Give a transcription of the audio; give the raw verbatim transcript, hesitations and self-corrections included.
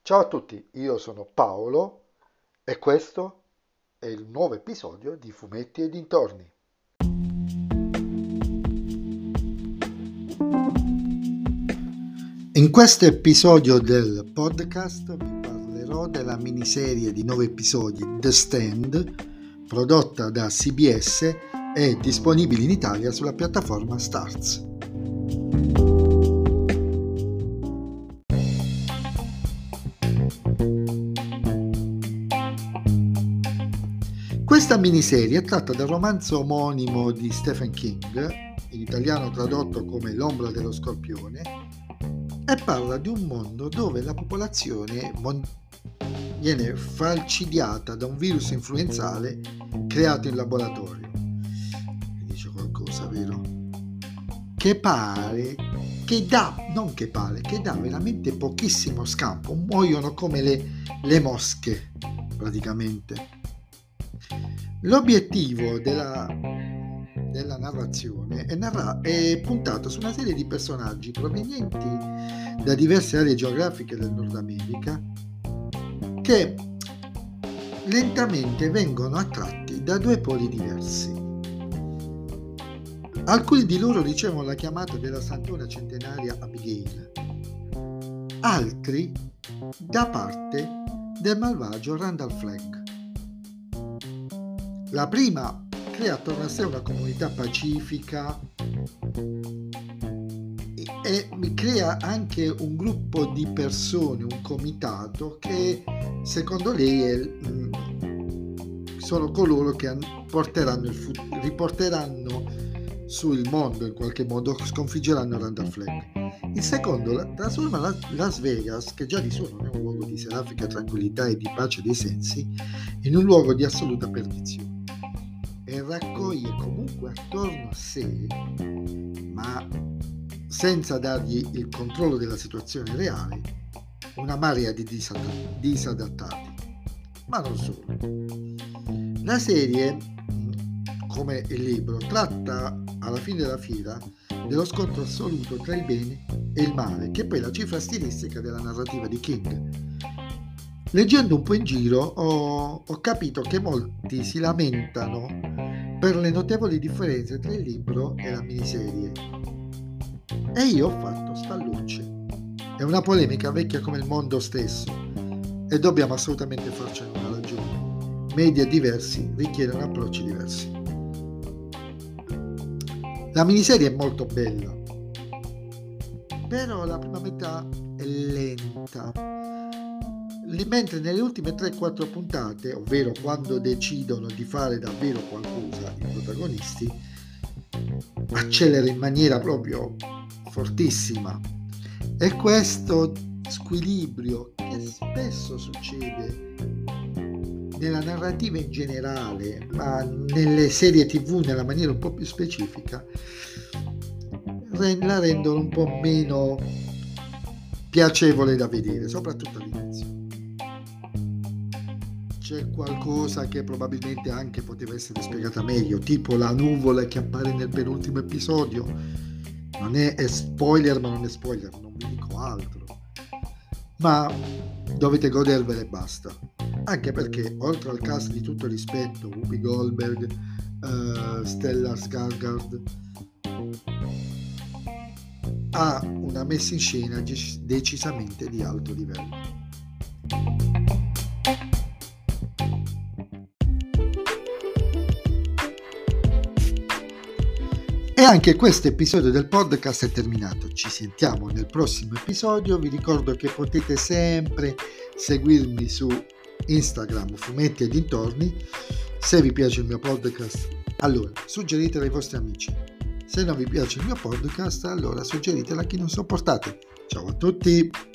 Ciao a tutti, io sono Paolo e questo è il nuovo episodio di Fumetti e dintorni. In questo episodio del podcast vi parlerò della miniserie di nove episodi The Stand, prodotta da C B S e disponibile in Italia sulla piattaforma Starz. Questa miniserie è tratta dal romanzo omonimo di Stephen King, in italiano tradotto come L'ombra dello scorpione, e parla di un mondo dove la popolazione mon- viene falcidiata da un virus influenzale creato in laboratorio. Mi dice qualcosa, vero? Che pare, che dà, non che pare, che dà veramente pochissimo scampo, muoiono come le, le mosche, praticamente. L'obiettivo della, della narrazione è, narra- è puntato su una serie di personaggi provenienti da diverse aree geografiche del Nord America che lentamente vengono attratti da due poli diversi. Alcuni di loro ricevono la chiamata della santona centenaria Abigail, altri da parte del malvagio Randall Flagg. La prima crea attorno a sé una comunità pacifica e crea anche un gruppo di persone, un comitato che secondo lei è, sono coloro che porteranno il fut- riporteranno sul mondo, in qualche modo sconfiggeranno Randall Flagg. Il secondo trasforma Las Vegas, che già di suo non è un luogo di serafica tranquillità e di pace dei sensi, in un luogo di assoluta perdizione, e raccoglie comunque attorno a sé, ma senza dargli il controllo della situazione reale, una marea di disad- disadattati. Ma non solo. La serie, come il libro, tratta alla fine della fiera dello scontro assoluto tra il bene e il male, che è poi la cifra stilistica della narrativa di King. Leggendo un po' in giro ho, ho capito che molti si lamentano per le notevoli differenze tra il libro e la miniserie. E io ho fatto spallucce. È una polemica vecchia come il mondo stesso e dobbiamo assolutamente farcene una ragione. Media diversi richiedono approcci diversi. La miniserie è molto bella, però la prima metà è lenta. Mentre nelle ultime tre quattro puntate, ovvero quando decidono di fare davvero qualcosa, i protagonisti, accelera in maniera proprio fortissima. E questo squilibrio che spesso succede nella narrativa in generale, ma nelle serie tv nella maniera un po' più specifica, la rendono un po' meno piacevole da vedere, soprattutto all'inizio. C'è qualcosa che probabilmente anche poteva essere spiegata meglio, tipo la nuvola che appare nel penultimo episodio. Non è, è spoiler, ma non è spoiler, non vi dico altro. Ma dovete godervela e basta. Anche perché, oltre al cast di tutto rispetto, Whoopi Goldberg, uh, Stellan Skarsgård, ha una messa in scena decisamente di alto livello. E anche questo episodio del podcast è terminato. Ci sentiamo nel prossimo episodio. Vi ricordo che potete sempre seguirmi su Instagram, Fumetti e dintorni. Se vi piace il mio podcast, allora suggeritelo ai vostri amici. Se non vi piace il mio podcast, allora suggeritelo a chi non sopportate. Ciao a tutti!